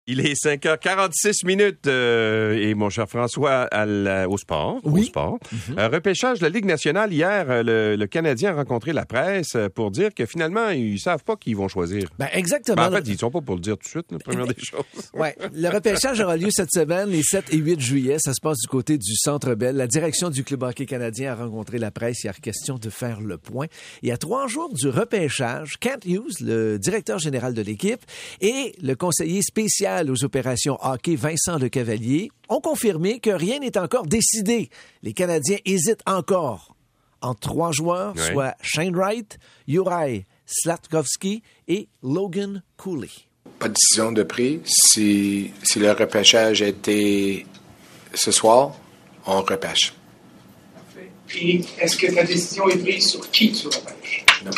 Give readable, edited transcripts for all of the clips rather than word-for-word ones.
Il est 5h46 et mon cher François, au sport. Oui. Au sport. Repêchage de la Ligue nationale. Hier, le Canadien a rencontré la presse pour dire que finalement, ils savent pas qui ils vont choisir. Ben exactement. En fait, ils ne sont pas pour le dire tout de suite, la première des choses. Ouais. Le repêchage aura lieu cette semaine, les 7 et 8 juillet. Ça se passe du côté du Centre Bell. La direction du Club hockey canadien a rencontré la presse. Il y a question de faire le point. Et à 3 jours du repêchage, Kent Hughes, le directeur général de l'équipe, et le conseiller spécial aux opérations hockey, Vincent Lecavalier, ont confirmé que rien n'est encore décidé. Les Canadiens hésitent encore entre 3 joueurs, soit Shane Wright, Juraj Slafkovský et Logan Cooley. Pas de décision de prix. Si le repêchage était ce soir, on repêche. Parfait. Et est-ce que ta décision est prise sur qui tu repêches? Non.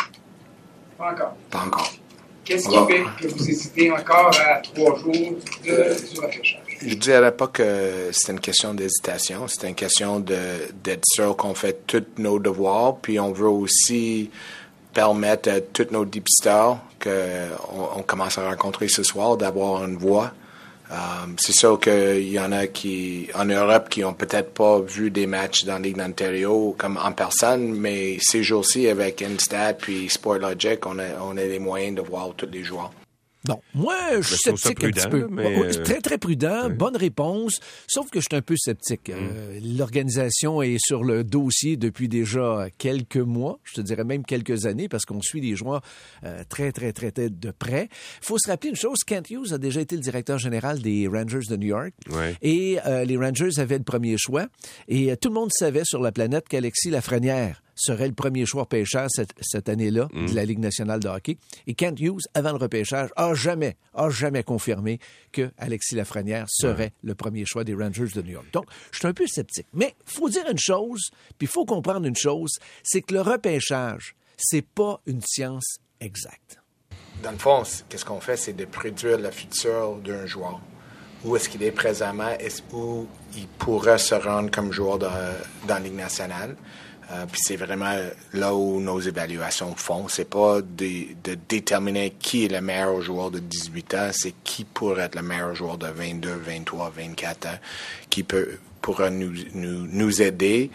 Pas encore. Pas encore. Qu'est-ce qui fait que vous hésitez encore à 3 jours du repêchage? Je dirais pas que c'est une question d'hésitation. C'est une question d'être sûr qu'on fait tous nos devoirs. Puis on veut aussi permettre à tous nos dépisteurs qu'on commence à rencontrer ce soir d'avoir une voix. C'est sûr qu'il y en a qui, en Europe, qui ont peut-être pas vu des matchs dans la Ligue d'Ontario comme en personne, mais ces jours-ci, avec Instat puis Sportlogic, on a les moyens de voir tous les joueurs. Non, moi, je suis sceptique un petit peu. Mais... Très, très prudent, bonne réponse, sauf que je suis un peu sceptique. L'organisation est sur le dossier depuis déjà quelques mois, je te dirais même quelques années, parce qu'on suit les joueurs très, très, très de près. Il faut se rappeler une chose, Kent Hughes a déjà été le directeur général des Rangers de New York, et les Rangers avaient le premier choix, et tout le monde savait sur la planète qu'Alexis Lafrenière serait le premier choix repêchage cette année-là de la Ligue nationale de hockey. Et Kent Hughes, avant le repêchage, a jamais confirmé que Alexis Lafrenière serait le premier choix des Rangers de New York. Donc, je suis un peu sceptique. Mais il faut dire une chose, puis il faut comprendre une chose, c'est que le repêchage, c'est pas une science exacte. Dans le fond, qu'est-ce qu'on fait, c'est de prédire le futur d'un joueur. Où est-ce qu'il est présentement, où il pourrait se rendre comme joueur dans la Ligue nationale. Puis c'est vraiment là où nos évaluations font. C'est pas de déterminer qui est le meilleur joueur de 18 ans, c'est qui pourrait être le meilleur joueur de 22, 23, 24 ans, qui pourra nous aider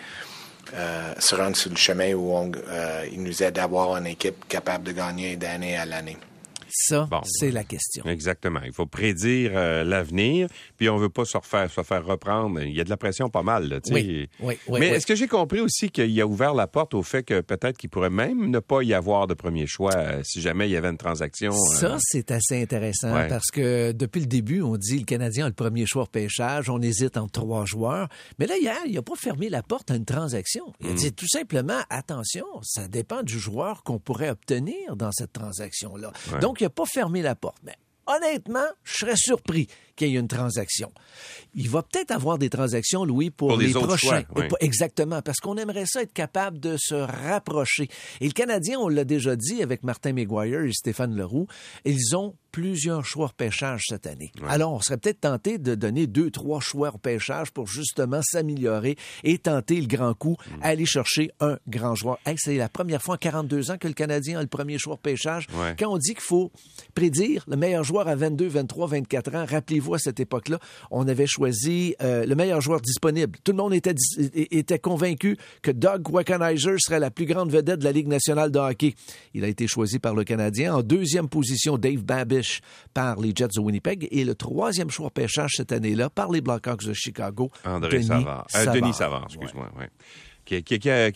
se rendre sur le chemin où il nous aide à avoir une équipe capable de gagner d'année à l'année. Ça, c'est la question. Exactement. Il faut prédire l'avenir, puis on veut pas se faire reprendre. Il y a de la pression pas mal, là, tu sais. Oui. Mais est-ce que j'ai compris aussi qu'il a ouvert la porte au fait que peut-être qu'il pourrait même ne pas y avoir de premier choix si jamais il y avait une transaction? Ça, c'est assez intéressant parce que depuis le début, on dit le Canadien a le premier choix repêchage, on hésite entre 3 joueurs. Mais là, hier, il n'a pas fermé la porte à une transaction. Il a dit tout simplement, attention, ça dépend du joueur qu'on pourrait obtenir dans cette transaction-là. Donc, il n'a pas fermé la porte. Mais honnêtement, je serais surpris qu'il y ait une transaction. Il va peut-être avoir des transactions, Louis, pour les prochains. Choix, Exactement, parce qu'on aimerait ça être capable de se rapprocher. Et le Canadien, on l'a déjà dit avec Martin McGuire et Stéphane Leroux, ils ont plusieurs choix repêchage cette année. Alors, on serait peut-être tenté de donner 2-3 choix repêchage pour justement s'améliorer et tenter le grand coup, aller chercher un grand joueur. Hey, c'est la première fois en 42 ans que le Canadien a le premier choix repêchage. Quand on dit qu'il faut prédire le meilleur joueur à 22, 23, 24 ans, rappelez-vous, à cette époque-là, on avait choisi le meilleur joueur disponible. Tout le monde était convaincu que Doug Wackenheiser serait la plus grande vedette de la Ligue nationale de hockey. Il a été choisi par le Canadien. En 2e position, Dave Babish par les Jets de Winnipeg. Et le 3e choix repêchage cette année-là par les Blackhawks de Chicago, Denis Savard, excuse-moi. Ouais. Qui a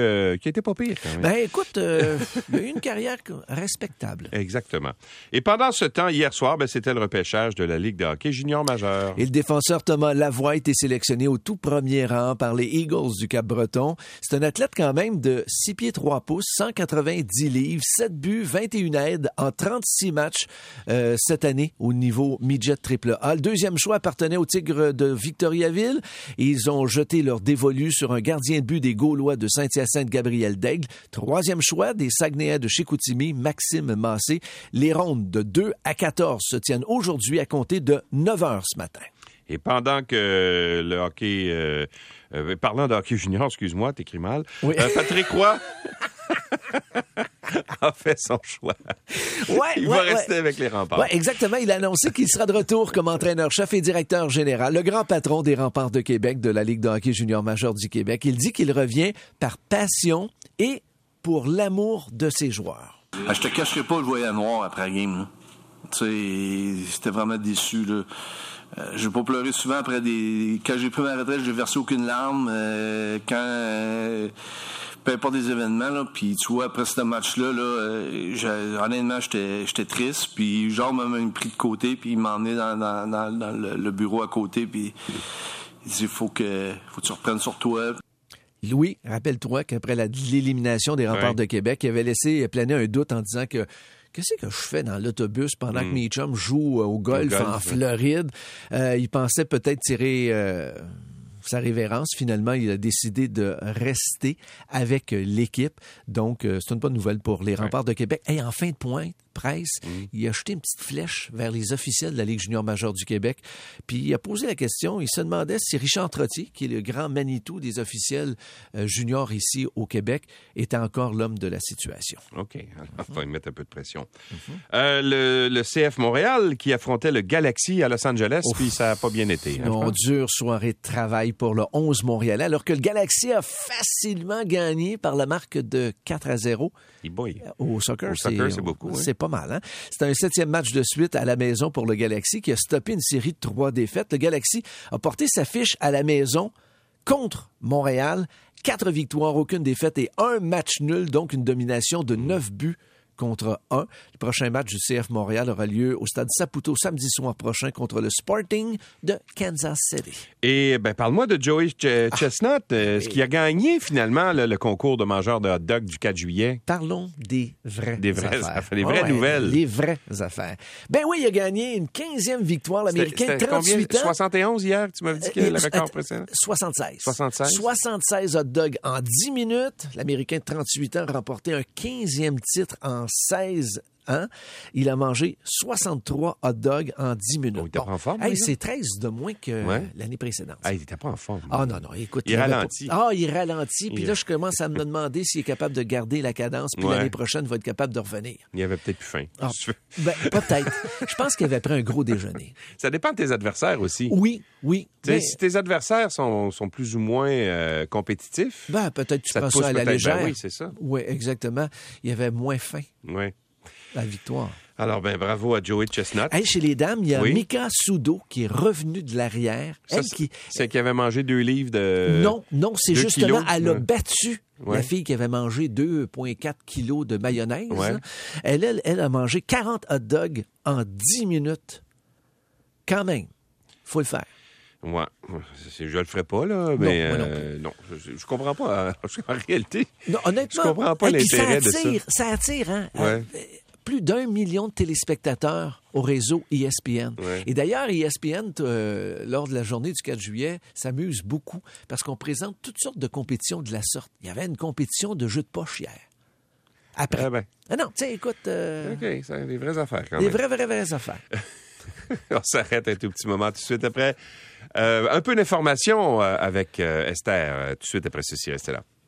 été pas pire quand même. Ben écoute, il a eu une carrière respectable. Exactement. Et pendant ce temps, hier soir, c'était le repêchage de la Ligue de hockey junior majeur. Et le défenseur Thomas Lavoie a été sélectionné au tout premier rang par les Eagles du Cap-Breton. C'est un athlète quand même de 6 pieds 3 pouces, 190 livres, 7 buts, 21 aides en 36 matchs cette année au niveau midget AAA. Le 2e choix appartenait aux Tigres de Victoriaville. Ils ont jeté leur dévolu sur un gardien de but des Gaulois de Saint-Hyacinthe, Gabriel Daigle. 3e choix des Saguenayens de Chicoutimi, Maxime Massé. Les rondes de 2 à 14 se tiennent aujourd'hui à compter de 9h ce matin. Et pendant que le hockey... parlant de hockey junior, excuse-moi, t'écris mal. Oui. Patrick Roy... a fait son choix. Il va rester avec les Remparts. Ouais, exactement. Il a annoncé qu'il sera de retour comme entraîneur-chef et directeur général, le grand patron des Remparts de Québec de la Ligue de hockey junior majeur du Québec. Il dit qu'il revient par passion et pour l'amour de ses joueurs. Je te cacherai pas, je voyais noir après la game. Tu sais, j'étais vraiment déçu. Là. Je vais pas pleurer souvent après Quand j'ai pris ma retraite, j'ai versé aucune larme. Peu importe des événements, là. Puis tu vois, après ce match-là, honnêtement, j'étais triste. Puis genre m'a même pris de côté, puis il m'a emmené dans le bureau à côté, puis il dit faut que tu reprennes sur toi. Louis, rappelle-toi qu'après l'élimination des Remparts de Québec, il avait laissé planer un doute en disant que qu'est-ce que je fais dans l'autobus pendant que mes chums jouent au golf en Floride? Il pensait peut-être tirer sa révérence. Finalement, il a décidé de rester avec l'équipe. Donc, c'est une bonne nouvelle pour les Remparts de Québec. Et en fin de presse, il a jeté une petite flèche vers les officiels de la Ligue junior majeure du Québec. Puis il a posé la question, il se demandait si Richard Trottier, qui est le grand Manitou des officiels juniors ici au Québec, était encore l'homme de la situation. OK. On va y mettre un peu de pression. Le CF Montréal qui affrontait le Galaxy à Los Angeles, puis ça n'a pas bien été. Une dure soirée de travail pour le 11 Montréalais, alors que le Galaxy a facilement gagné par la marque de 4-0. Au soccer, c'est beaucoup. C'est pas mal. Hein? C'est un 7e match de suite à la maison pour le Galaxy qui a stoppé une série de 3 défaites. Le Galaxy a porté sa fiche à la maison contre Montréal. 4 victoires, aucune défaite et 1 match nul, donc une domination de 9 buts contre 1. Le prochain match du CF Montréal aura lieu au stade Saputo samedi soir prochain contre le Sporting de Kansas City. Et parle-moi de Joey Chestnut. Est-ce qu'il a gagné finalement le concours de mangeur de hot dog du 4 juillet? Parlons des vraies affaires. Les vraies nouvelles. Les vraies affaires. Ben oui, il a gagné une 15e victoire, l'Américain de 38 ans. 71 hier, tu m'avais dit que le record précédent? 76. 76 hot dogs en 10 minutes. L'Américain de 38 ans a remporté un 15e titre en 16 ans. Il a mangé 63 hot dogs en 10 minutes. Oh, il était pas en forme? C'est 13 de moins que l'année précédente. Il n'était pas en forme. Non. Écoute, il ralentit. Il ralentit. Puis là, je commence à me demander s'il est capable de garder la cadence. Puis l'année prochaine, il va être capable de revenir. Il avait peut-être plus faim. Peut-être. Je pense qu'il avait pris un gros déjeuner. Ça dépend de tes adversaires aussi. Oui. Si tes adversaires sont plus ou moins compétitifs... peut-être tu prends ça à la légère. Oui, c'est ça. Oui, exactement. Il avait moins faim. Oui. La victoire. Alors, bravo à Joey Chestnut. Chez les dames, il y a Mika Sudo qui est revenue de l'arrière. C'est qui avait mangé 2 livres de... Non, c'est justement, kilos. Elle a battu la fille qui avait mangé 2,4 kilos de mayonnaise. Ouais. Elle a mangé 40 hot dogs en 10 minutes. Quand même, faut le faire. Ouais, je le ferai pas, là, mais non, je comprends pas. En réalité, honnêtement, je comprends pas l'intérêt de ça. Ça attire, hein? Ouais. Plus d'1 million de téléspectateurs au réseau ESPN. Ouais. Et d'ailleurs, ESPN, lors de la journée du 4 juillet, s'amuse beaucoup parce qu'on présente toutes sortes de compétitions de la sorte. Il y avait une compétition de jeux de poche hier. Après. Non, tu sais, écoute... OK, c'est des vraies affaires quand même. Des vraies affaires. On s'arrête un tout petit moment tout de suite après. Un peu d'information avec Esther. Tout de suite après ceci, restez là.